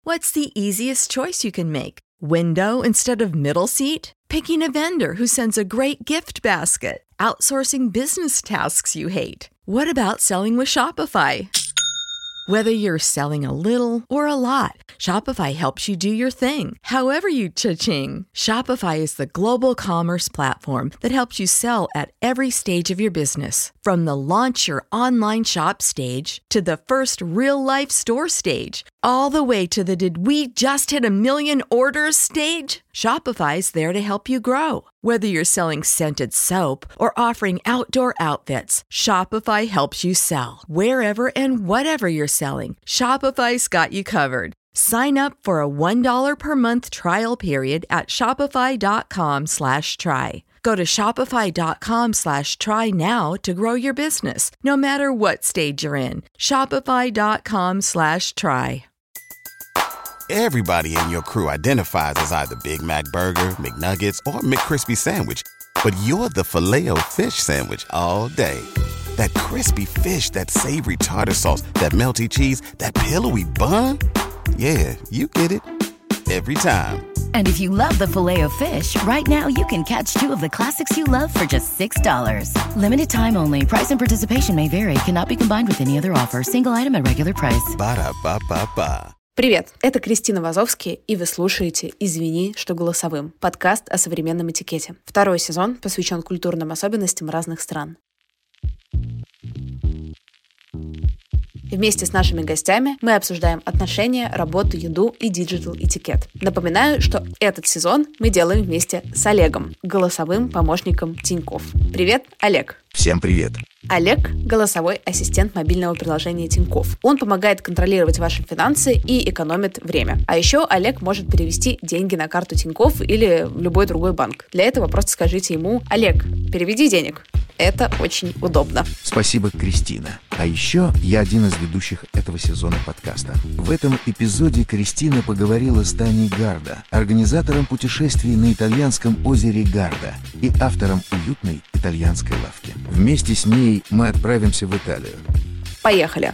What's the easiest choice you can make? Window instead of middle seat? Picking a vendor who sends a great gift basket? Outsourcing business tasks you hate? What about selling with Shopify? Whether you're selling a little or a lot, Shopify helps you do your thing, however you cha-ching. Shopify is the global commerce platform that helps you sell at every stage of your business. From the launch your online shop stage to the first real-life store stage, all the way to the did we just hit a million orders stage. Shopify's there to help you grow. Whether you're selling scented soap or offering outdoor outfits, Shopify helps you sell. Wherever and whatever you're selling, Shopify's got you covered. Sign up for a $1 per month trial period at shopify.com/try. Go to shopify.com/try now to grow your business, no matter what stage you're in. Shopify.com/try. Everybody in your crew identifies as either Big Mac Burger, McNuggets, or McCrispy Sandwich. But you're the Filet-O-Fish Sandwich all day. That crispy fish, that savory tartar sauce, that melty cheese, that pillowy bun. Yeah, you get it. Every time. And if you love the Filet-O-Fish, right now you can catch two of the classics you love for just $6. Limited time only. Price and participation may vary. Cannot be combined with any other offer. Single item at regular price. Ba-da-ba-ba-ba. Привет, это Кристина Вазовский, и вы слушаете «Извини, что голосовым» — подкаст о современном этикете. Второй сезон посвящен культурным особенностям разных стран. Вместе с нашими гостями мы обсуждаем отношения, работу, еду и диджитал-этикет. Напоминаю, что этот сезон мы делаем вместе с Олегом, голосовым помощником Тинькофф. Привет, Олег! Всем привет! Олег – голосовой ассистент мобильного приложения Тинькофф. Он помогает контролировать ваши финансы и экономит время. А еще Олег может перевести деньги на карту Тинькофф или в любой другой банк. Для этого просто скажите ему: «Олег, переведи денег». Это очень удобно. Спасибо, Кристина. А еще я один из ведущих этого сезона подкаста. В этом эпизоде Кристина поговорила с Таней Гарда, организатором путешествий на итальянском озере Гарда и автором уютной итальянской лавки. Вместе с ней мы отправимся в Италию. Поехали!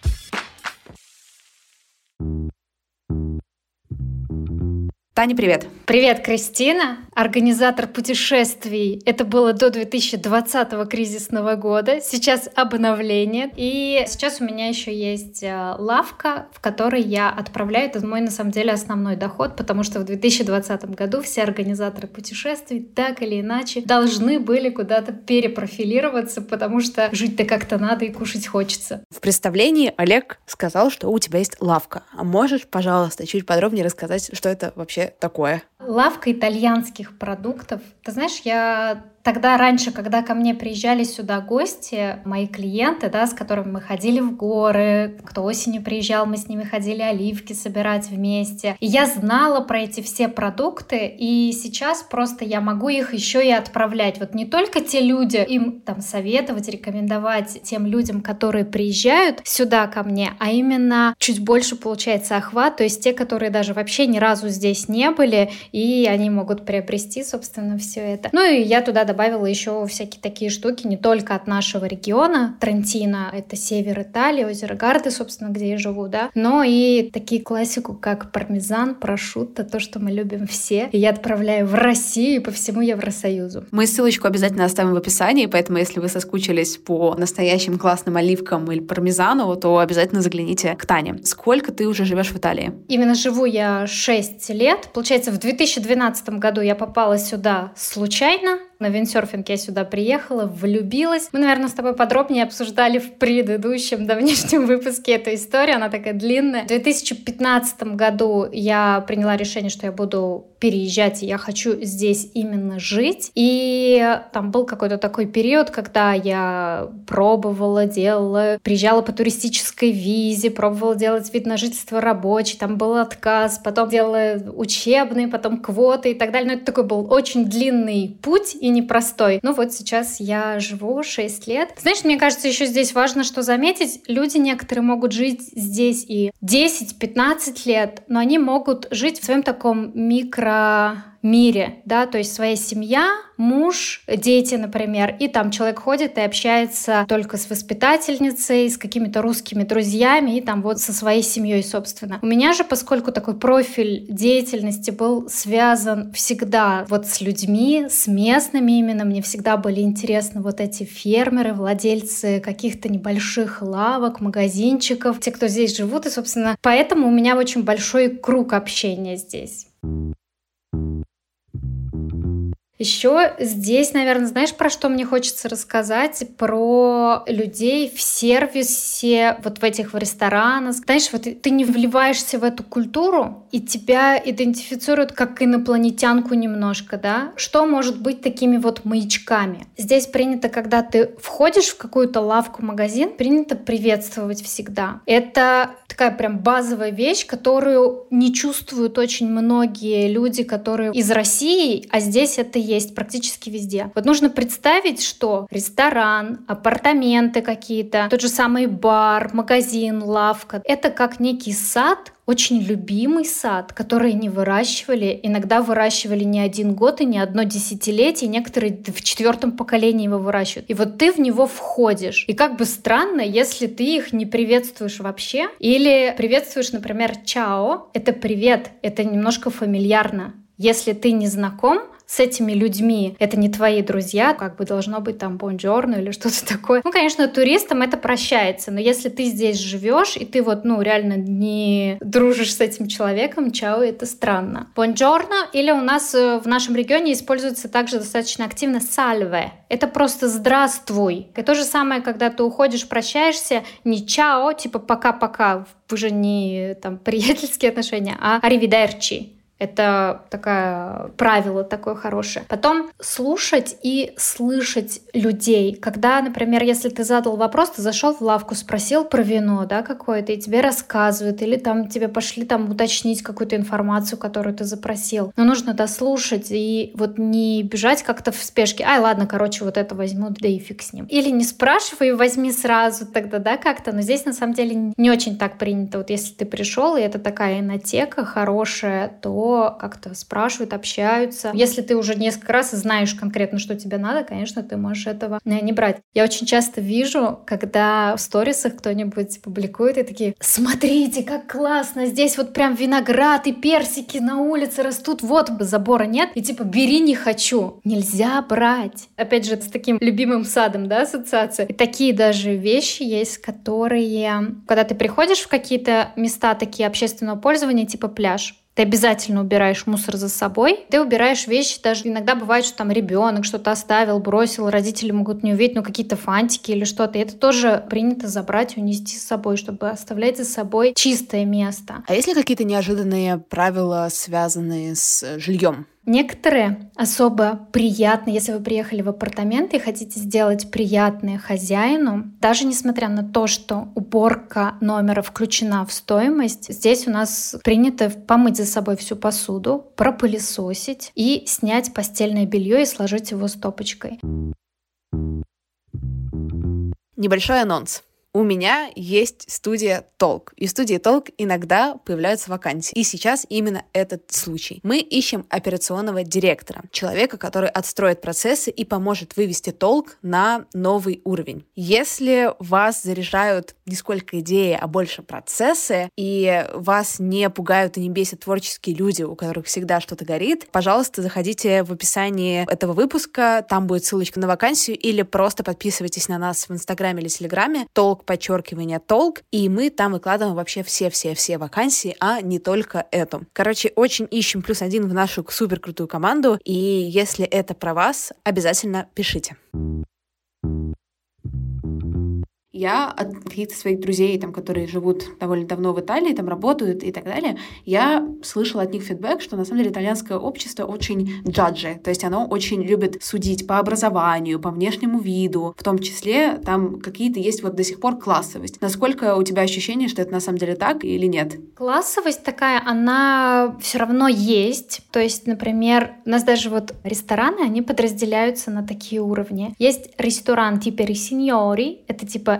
Таня, привет! Привет, Кристина! Организатор путешествий. Это было до 2020 кризисного года. Сейчас обновление. И сейчас у меня еще есть лавка, в которой я отправляю. Это мой, на самом деле, основной доход, потому что в 2020 году все организаторы путешествий так или иначе должны были куда-то перепрофилироваться, потому что жить-то как-то надо и кушать хочется. В представлении Олег сказал, что у тебя есть лавка. А можешь, пожалуйста, чуть подробнее рассказать, что это вообще такое? Лавка итальянских продуктов. Ты знаешь, я тогда раньше, когда ко мне приезжали сюда гости, мои клиенты, да, с которыми мы ходили в горы, кто осенью приезжал, мы с ними ходили оливки собирать вместе. И я знала про эти все продукты, и сейчас просто я могу их еще и отправлять. Вот не только те люди, им там советовать, рекомендовать тем людям, которые приезжают сюда ко мне, а именно чуть больше получается охват, то есть те, которые даже вообще ни разу здесь не были, и они могут приобрести, собственно, все это. Ну и я туда добавила еще всякие такие штуки, не только от нашего региона, Трентино, это север Италии, озеро Гарда, собственно, где я живу, да, но и такие классику, как пармезан, прошутто, то, что мы любим все, и я отправляю в Россию и по всему Евросоюзу. Мы ссылочку обязательно оставим в описании, поэтому если вы соскучились по настоящим классным оливкам или пармезану, то обязательно загляните к Тане. Сколько ты уже живешь в Италии? Именно живу я 6 лет. Получается, в 2012 году я попала сюда случайно. На виндсерфинг я сюда приехала, влюбилась. Мы, наверное, с тобой подробнее обсуждали в предыдущем давнешнем выпуске эту историю, она такая длинная. В 2015 году я приняла решение, что я буду переезжать, и я хочу здесь именно жить. И там был какой-то такой период, когда я пробовала, делала, приезжала по туристической визе, пробовала делать вид на жительство рабочий, там был отказ, потом делала учебный, потом квоты и так далее. Но это такой был очень длинный путь и непростой. Ну вот сейчас я живу 6 лет. Знаешь, мне кажется, еще здесь важно, что заметить, люди некоторые могут жить здесь и 10-15 лет, но они могут жить в своем таком мире, да, то есть своя семья, муж, дети, например, и там человек ходит и общается только с воспитательницей, с какими-то русскими друзьями и там вот со своей семьей, собственно. У меня же, поскольку такой профиль деятельности был связан всегда вот с людьми, с местными именно, мне всегда были интересны вот эти фермеры, владельцы каких-то небольших лавок, магазинчиков, те, кто здесь живут, и, собственно, поэтому у меня очень большой круг общения здесь. Еще здесь, наверное, знаешь, про что мне хочется рассказать? Про людей в сервисе, вот в этих в ресторанах. Знаешь, вот ты не вливаешься в эту культуру, и тебя идентифицируют как инопланетянку немножко, да? Что может быть такими вот маячками? Здесь принято, когда ты входишь в какую-то лавку, магазин, принято приветствовать всегда. Это такая прям базовая вещь, которую не чувствуют очень многие люди, которые из России, а здесь это есть практически везде. Вот нужно представить, что ресторан, апартаменты какие-то, тот же самый бар, магазин, лавка — это как некий сад, очень любимый сад, который не выращивали, иногда выращивали не 1 год и не 1 десятилетие, некоторые в 4-м поколении его выращивают. И вот ты в него входишь. И как бы странно, если ты их не приветствуешь вообще, или приветствуешь, например, чао, это привет, это немножко фамильярно. Если ты не знаком с этими людьми, это не твои друзья, как бы должно быть там бонжорно или что-то такое. Ну, конечно, туристам это прощается, но если ты здесь живешь, и ты вот, реально не дружишь с этим человеком, чао, это странно. Бонжорно, или у нас в нашем регионе используется также достаточно активно сальве. Это просто здравствуй. И то же самое, когда ты уходишь, прощаешься, не чао, типа пока-пока, уже не там приятельские отношения, а аривидерчи. Это правило такое хорошее. Потом слушать и слышать людей. Когда, например, если ты задал вопрос, ты зашел в лавку, спросил про вино, да, какое-то, и тебе рассказывают, или там тебе пошли там уточнить какую-то информацию, которую ты запросил. Но нужно дослушать и вот не бежать как-то в спешке. Ай, ладно, короче, вот это возьму, да и фиг с ним. Или не спрашивай, возьми сразу тогда, да, как-то. Но здесь на самом деле не очень так принято. Вот если ты пришел, и это такая инотека хорошая, то как-то спрашивают, общаются. Если ты уже несколько раз знаешь конкретно, что тебе надо, конечно, ты можешь этого не брать. Я очень часто вижу, когда в сторисах кто-нибудь публикует и такие: смотрите, как классно, здесь вот прям виноград и персики на улице растут, вот забора нет, и типа бери, не хочу. Нельзя брать. Опять же, с таким любимым садом, да, ассоциация. И такие даже вещи есть, которые, когда ты приходишь в какие-то места такие общественного пользования, типа пляж, ты обязательно убираешь мусор за собой. Ты убираешь вещи, даже иногда бывает, что там ребенок что-то оставил, бросил, родители могут не увидеть, какие-то фантики или что-то. И это тоже принято забрать, унести с собой, чтобы оставлять за собой чистое место. А есть ли какие-то неожиданные правила, связанные с жильем? Некоторые особо приятные, если вы приехали в апартаменты и хотите сделать приятное хозяину, даже несмотря на то, что уборка номера включена в стоимость, здесь у нас принято помыть за собой всю посуду, пропылесосить и снять постельное белье и сложить его стопочкой. Небольшой анонс. У меня есть студия Толк. И в студии Толк иногда появляются вакансии. И сейчас именно этот случай. Мы ищем операционного директора. Человека, который отстроит процессы и поможет вывести Толк на новый уровень. Если вас заряжают не сколько идеи, а больше процессы, и вас не пугают и не бесят творческие люди, у которых всегда что-то горит, пожалуйста, заходите в описании этого выпуска. Там будет ссылочка на вакансию, или просто подписывайтесь на нас в Инстаграме или Телеграме. Толк _Толк, и мы там выкладываем вообще все вакансии, а не только эту. Короче, очень ищем +1 в нашу супер крутую команду, и если это про вас, обязательно пишите. Я от каких-то своих друзей, там, которые живут довольно давно в Италии, там работают и так далее, я слышала от них фидбэк, что на самом деле итальянское общество очень джаджи, то есть оно очень любит судить по образованию, по внешнему виду, в том числе там какие-то есть вот до сих пор классовость. Насколько у тебя ощущение, что это на самом деле так или нет? Классовость такая, она все равно есть. То есть, например, у нас даже вот рестораны, они подразделяются на такие уровни. Есть ресторан типа синьори, это типа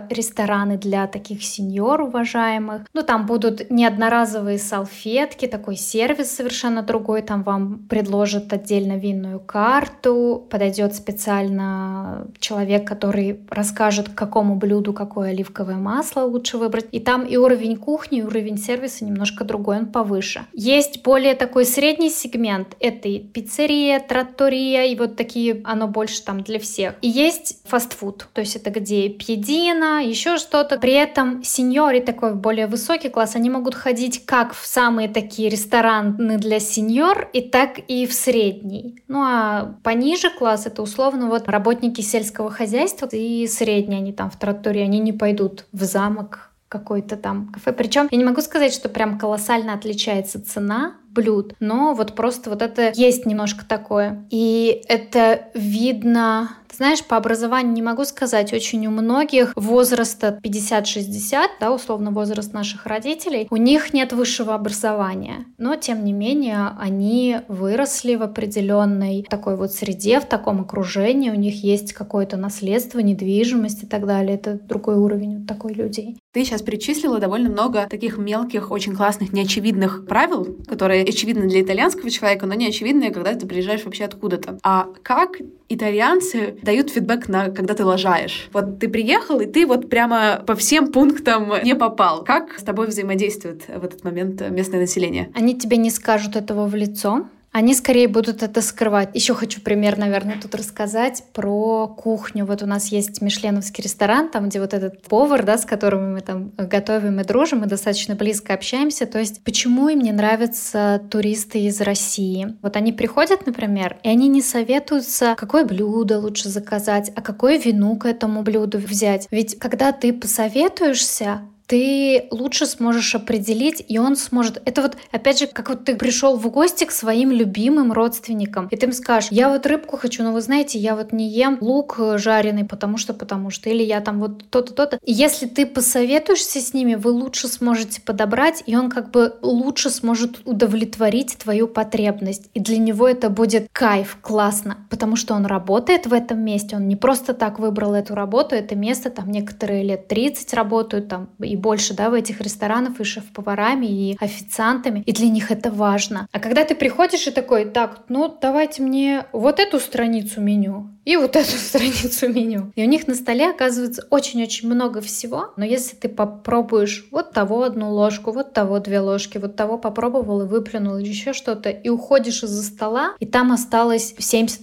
это рестораны для таких сеньор уважаемых. Ну, там будут не одноразовые салфетки, такой сервис совершенно другой. Там вам предложат отдельно винную карту, подойдет специально человек, который расскажет, к какому блюду какое оливковое масло лучше выбрать. И там и уровень кухни, и уровень сервиса немножко другой, он повыше. Есть более такой средний сегмент. Это и пиццерия, траттория, и вот такие, оно больше там для всех. И есть фастфуд, то есть это где пьедина, еще что-то. При этом сеньори, такой более высокий класс, они могут ходить как в самые такие рестораны для сеньор, и так и в средний. Ну а пониже класс, это условно вот работники сельского хозяйства, и средние они там в траттории, они не пойдут в замок какой-то там кафе. Причем я не могу сказать, что прям колоссально отличается цена блюд, но вот просто вот это есть немножко такое. И это видно, ты знаешь, по образованию не могу сказать, очень у многих возраста 50-60, да, условно возраст наших родителей, у них нет высшего образования, но тем не менее они выросли в определенной такой вот среде, в таком окружении, у них есть какое-то наследство, недвижимость и так далее. Это другой уровень вот такой людей. Ты сейчас перечислила довольно много таких мелких, очень классных, неочевидных правил, которые очевидны для итальянского человека, но не очевидны, когда ты приезжаешь вообще откуда-то. А как итальянцы дают фидбэк когда ты лажаешь? Вот ты приехал, и ты вот прямо по всем пунктам не попал. Как с тобой взаимодействует в этот момент местное население? Они тебе не скажут этого в лицо. Они скорее будут это скрывать. Еще хочу пример, наверное, тут рассказать про кухню. Вот у нас есть мишленовский ресторан, там, где вот этот повар, да, с которым мы там готовим и дружим, мы достаточно близко общаемся. То есть почему им не нравятся туристы из России? Вот они приходят, например, и они не советуются, какое блюдо лучше заказать, а какое вино к этому блюду взять. Ведь когда ты посоветуешься, ты лучше сможешь определить, и он сможет... Это вот, опять же, как вот ты пришел в гости к своим любимым родственникам, и ты им скажешь, я вот рыбку хочу, но вы знаете, я вот не ем лук жареный, потому что, или я там вот то-то, то-то. И если ты посоветуешься с ними, вы лучше сможете подобрать, и он как бы лучше сможет удовлетворить твою потребность. И для него это будет кайф, классно, потому что он работает в этом месте, он не просто так выбрал эту работу, это место, там некоторые лет 30 работают, там и больше, да, в этих ресторанах и шеф-поварами, и официантами, и для них это важно. А когда ты приходишь и такой, так, ну давайте мне вот эту страницу меню и вот эту страницу меню. И у них на столе оказывается очень-очень много всего, но если ты попробуешь вот того одну ложку, вот того 2 ложки, вот того попробовал и выплюнул, или еще что-то, и уходишь из-за стола, и там осталось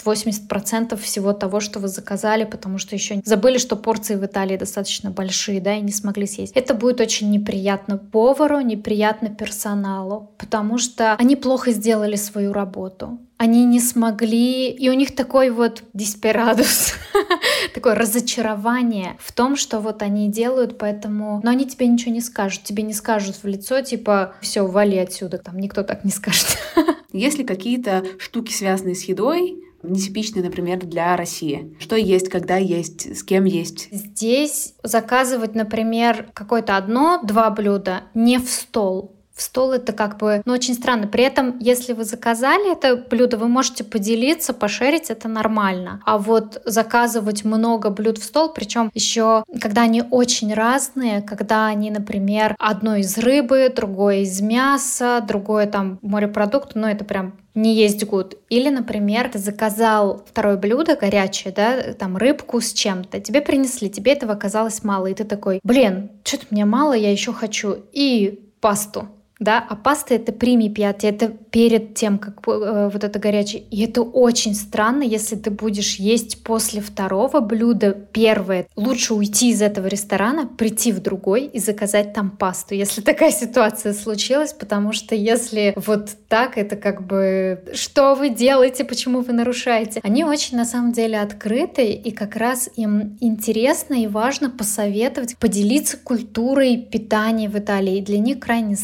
70-80% всего того, что вы заказали, потому что еще забыли, что порции в Италии достаточно большие, да, и не смогли съесть. Это будет очень неприятно повару, неприятно персоналу, потому что они плохо сделали свою работу. Они не смогли, и у них такой вот диспирадус, такое разочарование в том, что вот они делают, поэтому... Но они тебе ничего не скажут, тебе не скажут в лицо, типа, все, вали отсюда, там никто так не скажет. Есть ли какие-то штуки, связанные с едой, нетипичные, например, для России? Что есть, когда есть, с кем есть? Здесь заказывать, например, какое-то 1-2 блюда не в стол. В стол это как бы, очень странно. При этом, если вы заказали это блюдо, вы можете поделиться, пошерить, это нормально. А вот заказывать много блюд в стол, причем еще, когда они очень разные, когда они, например, одно из рыбы, другое из мяса, другое там морепродукты, это прям не есть гуд. Или, например, ты заказал 2 блюдо горячее, да, там рыбку с чем-то, тебе принесли, тебе этого оказалось мало, и ты такой, что-то мне мало, я еще хочу, и пасту. Да, а паста — это прими-пьяти, это перед тем, как вот это горячее. И это очень странно, если ты будешь есть после 2 блюда 1. Лучше уйти из этого ресторана, прийти в другой и заказать там пасту, если такая ситуация случилась, потому что если вот так, это как бы что вы делаете, почему вы нарушаете? Они очень на самом деле открыты, и как раз им интересно и важно посоветовать, поделиться культурой питания в Италии. И для них крайне странно,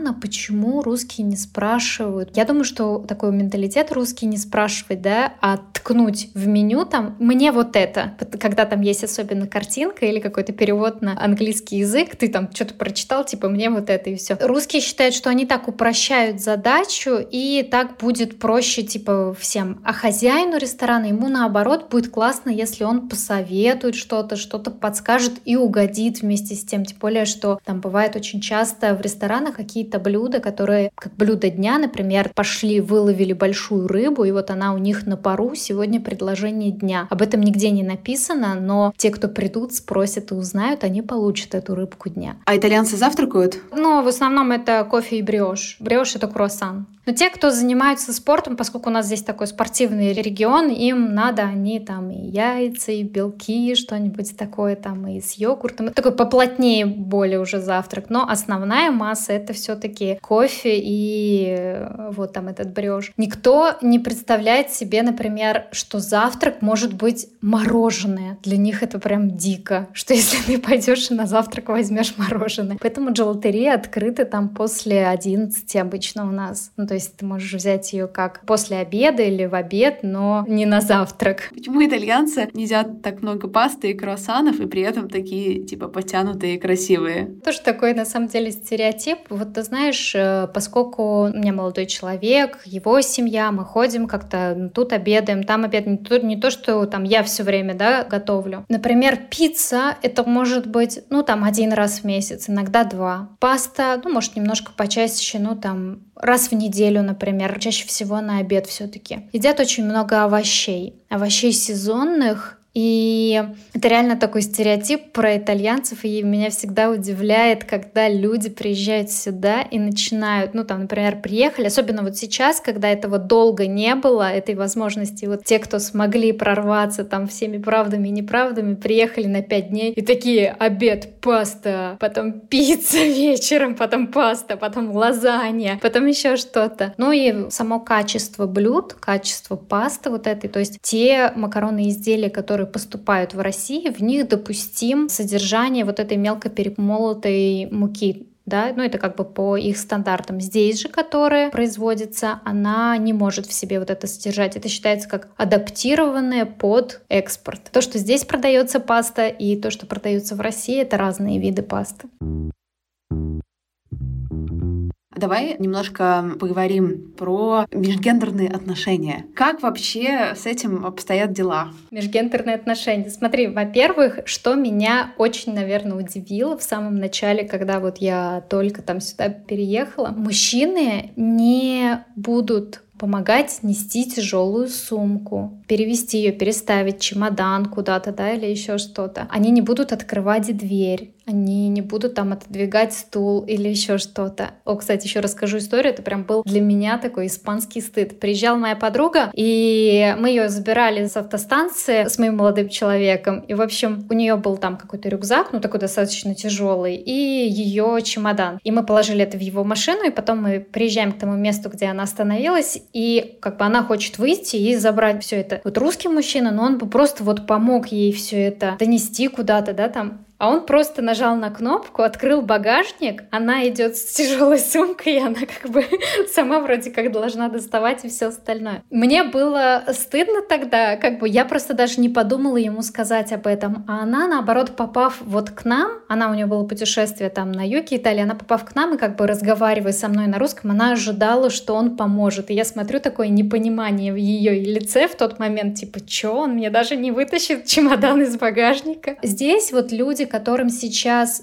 странно, почему русские не спрашивают. Я думаю, что такой менталитет русский не спрашивать, да, а ткнуть в меню там «мне вот это». Когда там есть особенно картинка или какой-то перевод на английский язык, ты там что-то прочитал, типа «мне вот это» и все. Русские считают, что они так упрощают задачу, и так будет проще типа всем. А хозяину ресторана ему наоборот будет классно, если он посоветует что-то подскажет и угодит вместе с тем. Тем более, что там бывает очень часто в ресторанах какие-то блюда, которые, как блюдо дня, например, пошли, выловили большую рыбу, и вот она у них на пару, сегодня предложение дня. Об этом нигде не написано, но те, кто придут, спросят и узнают, они получат эту рыбку дня. А итальянцы завтракают? Ну, в основном это кофе и брioche. Брioche — это круассан. Но те, кто занимаются спортом, поскольку у нас здесь такой спортивный регион, им надо, они там и яйца, и белки, что-нибудь такое там, и с йогуртом. Такой поплотнее более уже завтрак. Но основная масса — это все-таки кофе и вот там этот брioche. Никто не представляет себе, например, что завтрак может быть мороженое. Для них это прям дико, что если ты пойдешь и на завтрак возьмешь мороженое. Поэтому джелатерии открыты там после 11 обычно у нас. Ну, то есть ты можешь взять ее как после обеда или в обед, но не на завтрак. Почему итальянцы едят так много пасты и круассанов и при этом такие типа подтянутые и красивые? Тоже такой на самом деле стереотип. Вот ты знаешь, поскольку у меня молодой человек, его семья, мы ходим как-то тут обедаем, там обедаем. Не то, что там я все время, да, готовлю. Например, пицца — это может быть, ну там 1 раз в месяц, иногда 2. Паста, ну может немножко почаще, ну там раз в неделю, например, чаще всего на обед все-таки. Едят очень много овощей сезонных, и это реально такой стереотип про итальянцев, и меня всегда удивляет, когда люди приезжают сюда и начинают, ну там, например, приехали, особенно вот сейчас, когда этого долго не было, этой возможности, вот те, кто смогли прорваться там всеми правдами и неправдами, приехали на 5 дней и такие: обед, паста, потом пицца вечером, потом паста, потом лазанья, потом еще что-то. Ну и само качество блюд, качество пасты вот этой, то есть те макаронные изделия, которые поступают в России, в них допустим содержание вот этой мелко перемолотой муки. Да? Ну, это как бы по их стандартам. Здесь же, которая производится, она не может в себе вот это содержать. Это считается как адаптированное под экспорт. То, что здесь продается паста, и то, что продается в России, это разные виды пасты. Давай немножко поговорим про межгендерные отношения. Как вообще с этим обстоят дела? Межгендерные отношения. Смотри, во-первых, что меня очень, наверное, удивило в самом начале, когда вот я только там сюда переехала. Мужчины не будут помогать нести тяжелую сумку, перевести ее, переставить чемодан куда-то, да, или еще что-то. Они не будут открывать дверь, они не будут там отодвигать стул или еще что-то. О, кстати, еще расскажу историю. Это прям был для меня такой испанский стыд. Приезжала моя подруга, и мы ее забирали с автостанции с моим молодым человеком. И, в общем, у нее был там какой-то рюкзак, ну, такой достаточно тяжелый, и ее чемодан. И мы положили это в его машину, и потом мы приезжаем к тому месту, где она остановилась, и как бы она хочет выйти и забрать все это. Вот русский мужчина, но он бы просто вот помог ей все это донести куда-то, да, там. А он просто нажал на кнопку, открыл багажник, она идет с тяжелой сумкой, и она как бы сама вроде как должна доставать и все остальное. Мне было стыдно тогда, как бы я просто даже не подумала ему сказать об этом. А она, наоборот, попав вот к нам, у нее было путешествие там на юге Италии, она попав к нам и как бы разговаривая со мной на русском, она ожидала, что он поможет. И я смотрю такое непонимание в ее лице в тот момент, типа, чё, он мне даже не вытащит чемодан из багажника. Здесь вот люди, которым сейчас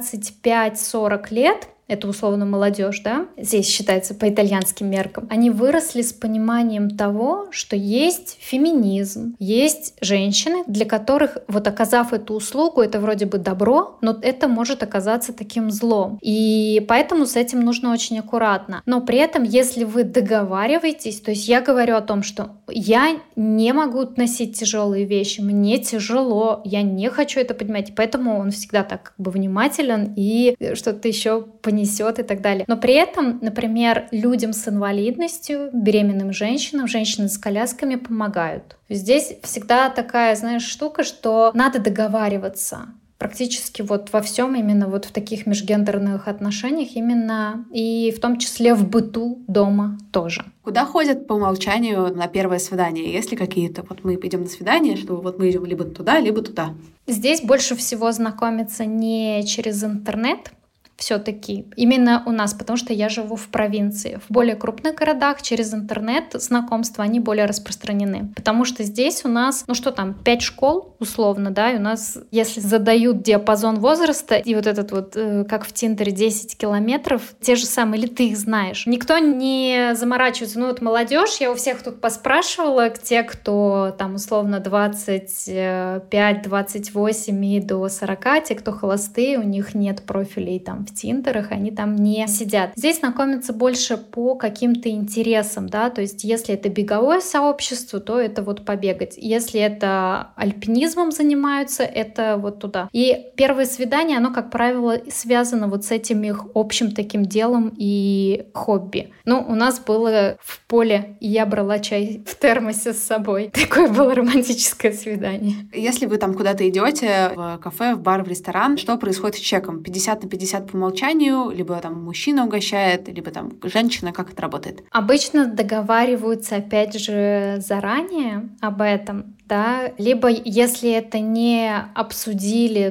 25-40 лет, это условно молодежь, да, здесь считается по итальянским меркам, они выросли с пониманием того, что есть феминизм, есть женщины, для которых, вот оказав эту услугу, это вроде бы добро, но это может оказаться таким злом. И поэтому с этим нужно очень аккуратно. Но при этом, если вы договариваетесь, то есть я говорю о том, что я не могу носить тяжелые вещи, мне тяжело, я не хочу это поднимать, поэтому он всегда так как бы внимателен и что-то еще несет и так далее. Но при этом, например, людям с инвалидностью, беременным женщинам, женщинам с колясками помогают. Здесь всегда такая, знаешь, штука, что надо договариваться. практически вот во всем, именно вот в таких межгендерных отношениях, именно и в том числе в быту дома тоже. Куда ходят по умолчанию на первое свидание? Есть ли какие-то, вот мы идем на свидание, что вот мы идем либо туда, либо туда? Здесь больше всего знакомиться не через интернет, все-таки именно у нас, потому что я живу в провинции. В более крупных городах через интернет знакомства, они более распространены. Потому что здесь у нас, 5 школ условно, да, и у нас, если задают диапазон возраста, и вот этот вот, как в Тиндере, 10 километров, те же самые, или ты их знаешь. Никто не заморачивается. Молодежь, я у всех тут поспрашивала, те, кто там условно 25-28 и до 40, те, кто холостые, у них нет профилей там в Тиндерах, они там не сидят. Здесь знакомятся больше по каким-то интересам, да, то есть если это беговое сообщество, то это вот побегать. Если это альпинизмом занимаются, это вот туда. И первое свидание, оно, как правило, связано вот с этим их общим таким делом и хобби. У нас было в поле, и я брала чай в термосе с собой. Такое было романтическое свидание. Если вы там куда-то идете, в кафе, в бар, в ресторан, что происходит с чеком? 50/50 по умолчанию, либо там мужчина угощает, либо там женщина, как это работает? Обычно договариваются, опять же, заранее об этом, да, либо если это не обсудили,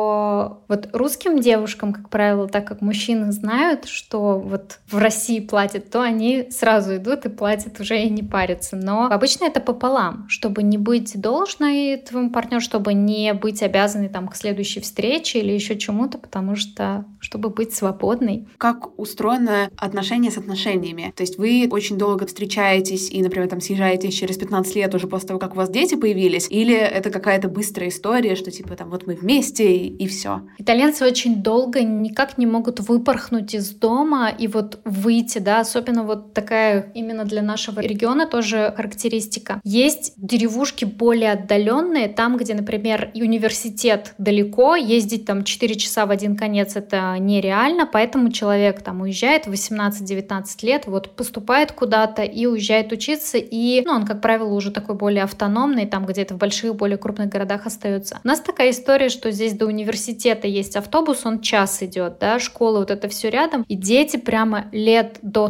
то вот русским девушкам, как правило, так как мужчины знают, что вот в России платят, то они сразу идут и платят уже и не парятся. Но обычно это пополам, чтобы не быть должной твоему партнеру, чтобы не быть обязанной там к следующей встрече или еще чему-то, потому что чтобы быть свободной. Как устроено отношение с отношениями? То есть вы очень долго встречаетесь и, например, там съезжаетесь через 15 лет уже после того, как у вас дети появились, или это какая-то быстрая история, что типа там вот мы вместе и все? Итальянцы очень долго никак не могут выпорхнуть из дома и вот выйти, да, особенно вот такая именно для нашего региона тоже характеристика. Есть деревушки более отдаленные, там, где, например, и университет далеко, ездить там 4 часа в один конец — это нереально, поэтому человек там уезжает в 18-19 лет, вот поступает куда-то и уезжает учиться, и он, как правило, уже такой более автономный, там где-то в больших, более крупных городах остается. У нас такая история, что здесь до университета есть автобус, он час идет, да, школа, вот это все рядом, и дети прямо лет до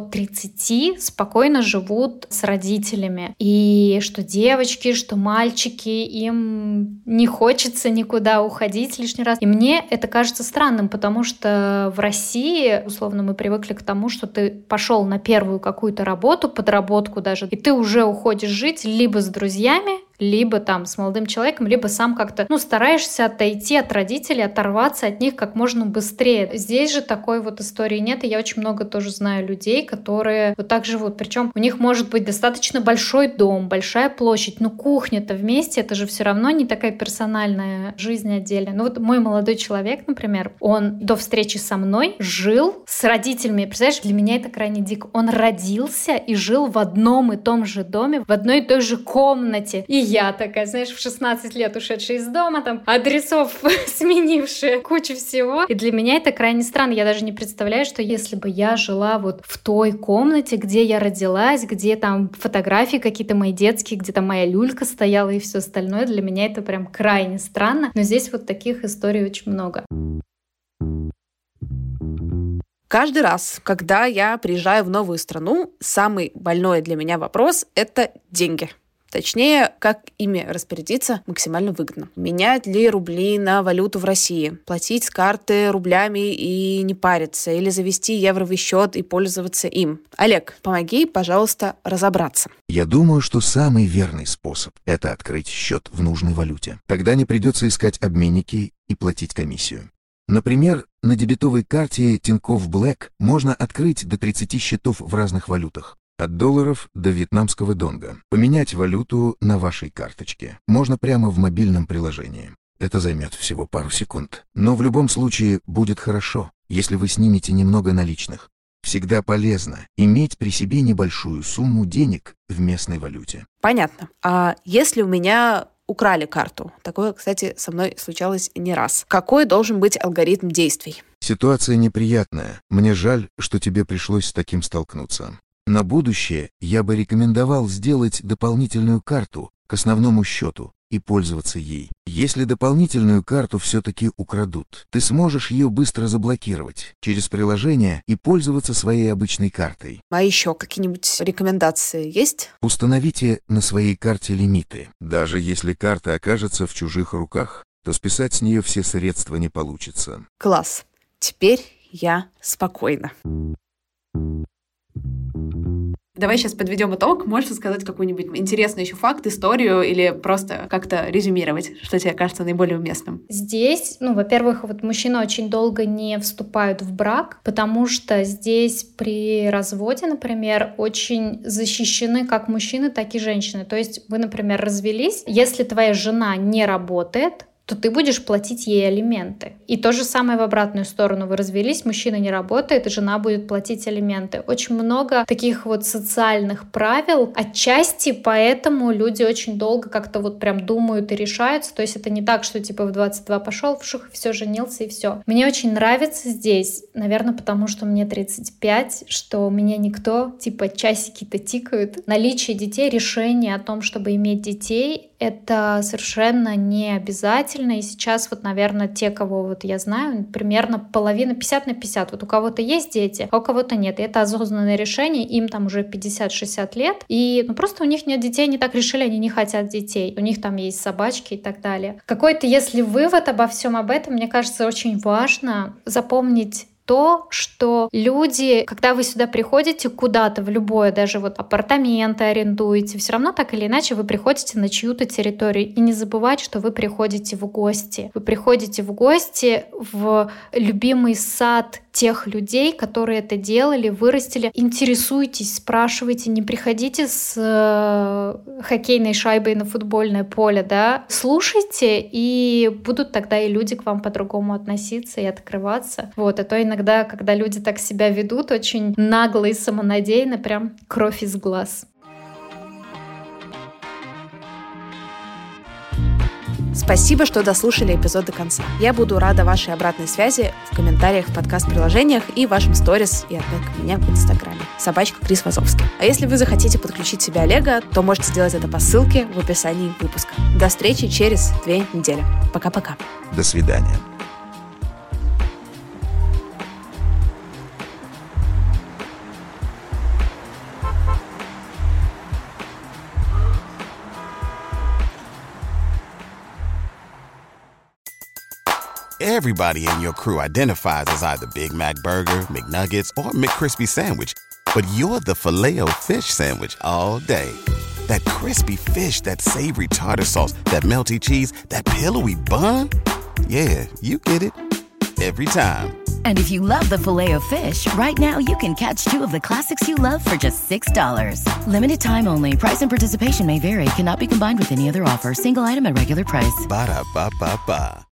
30 спокойно живут с родителями. И что девочки, что мальчики, им не хочется никуда уходить лишний раз. И мне это кажется странным, потому что в России, условно, мы привыкли к тому, что ты пошел на первую какую-то работу, подработку даже, и ты уже уходишь жить либо с друзьями, либо там с молодым человеком, либо сам как-то, стараешься отойти от родителей, оторваться от них как можно быстрее. Здесь же такой вот истории нет, и я очень много тоже знаю людей, которые вот так живут. Причем у них может быть достаточно большой дом, большая площадь, но кухня-то вместе, это же все равно не такая персональная жизнь отдельная. Вот мой молодой человек, например, он до встречи со мной жил с родителями. Представляешь, для меня это крайне дико. Он родился и жил в одном и том же доме, в одной и той же комнате. И я такая, знаешь, в 16 лет ушедшая из дома, там, адресов сменившая, кучу всего. И для меня это крайне странно. Я даже не представляю, что если бы я жила вот в той комнате, где я родилась, где там фотографии какие-то мои детские, где там моя люлька стояла и все остальное, для меня это прям крайне странно. Но здесь вот таких историй очень много. Каждый раз, когда я приезжаю в новую страну, самый больной для меня вопрос — это деньги. Точнее, как ими распорядиться максимально выгодно. Менять ли рубли на валюту в России? Платить с карты рублями и не париться? Или завести евровый счет и пользоваться им? Олег, помоги, пожалуйста, разобраться. Я думаю, что самый верный способ – это открыть счет в нужной валюте. Тогда не придется искать обменники и платить комиссию. Например, на дебетовой карте Тинькофф Black можно открыть до 30 счетов в разных валютах. От долларов до вьетнамского донга. Поменять валюту на вашей карточке можно прямо в мобильном приложении. Это займет всего пару секунд. Но в любом случае будет хорошо, если вы снимете немного наличных. Всегда полезно иметь при себе небольшую сумму денег в местной валюте. Понятно. А если у меня украли карту? Такое, кстати, со мной случалось не раз. Какой должен быть алгоритм действий? Ситуация неприятная. Мне жаль, что тебе пришлось с таким столкнуться. На будущее я бы рекомендовал сделать дополнительную карту к основному счету, и пользоваться ей. Если дополнительную карту все-таки украдут, ты сможешь ее быстро заблокировать через приложение и пользоваться своей обычной картой. А еще какие-нибудь рекомендации есть? Установите на своей карте лимиты. Даже если карта окажется в чужих руках, то списать с нее все средства не получится. Класс. Теперь я спокойна. Давай сейчас подведем итог. Можешь сказать какой-нибудь интересный еще факт, историю или просто как-то резюмировать, что тебе кажется наиболее уместным? Здесь, во-первых, вот мужчины очень долго не вступают в брак, потому что здесь при разводе, например, очень защищены как мужчины, так и женщины. То есть вы, например, развелись, если твоя жена не работает, то ты будешь платить ей алименты. И то же самое в обратную сторону. Вы развелись, мужчина не работает, и жена будет платить алименты. Очень много таких вот социальных правил. Отчасти поэтому люди очень долго как-то вот прям думают и решаются. То есть это не так, что типа в 22 пошел, вшух, все, женился и все. Мне очень нравится здесь, наверное, потому что мне 35, что у меня никто, типа часики-то тикают. Наличие детей, решение о том, чтобы иметь детей, это совершенно не обязательно. И сейчас вот, наверное, те, кого вот я знаю, примерно половина, 50/50. Вот у кого-то есть дети, а у кого-то нет. И это осознанное решение, им там уже 50-60 лет. И просто у них нет детей, они так решили, они не хотят детей. У них там есть собачки и так далее. Какой-то, если вывод обо всем об этом, мне кажется, очень важно запомнить то, что люди, когда вы сюда приходите куда-то, в любое, даже вот апартаменты арендуете, все равно так или иначе вы приходите на чью-то территорию. И не забывать, что вы приходите в гости. Вы приходите в гости в любимый сад тех людей, которые это делали, вырастили. Интересуйтесь, спрашивайте, не приходите с хоккейной шайбой на футбольное поле, да. Слушайте, и будут тогда и люди к вам по-другому относиться и открываться. Вот, а то иногда, когда люди так себя ведут, очень нагло и самонадеянно, прям кровь из глаз. Спасибо, что дослушали эпизод до конца. Я буду рада вашей обратной связи в комментариях в подкаст-приложениях и вашим сторис и опять меня в Инстаграме. _Крис Вазовский. А если вы захотите подключить себе Олега, то можете сделать это по ссылке в описании выпуска. До встречи через 2 недели. Пока-пока. До свидания. Everybody in your crew identifies as either Big Mac Burger, McNuggets, or McCrispy Sandwich. But you're the Filet-O-Fish Sandwich all day. That crispy fish, that savory tartar sauce, that melty cheese, that pillowy bun. Yeah, you get it. Every time. And if you love the Filet-O-Fish, right now you can catch 2 of the classics you love for just $6. Limited time only. Price and participation may vary. Cannot be combined with any other offer. Single item at regular price. Ba-da-ba-ba-ba.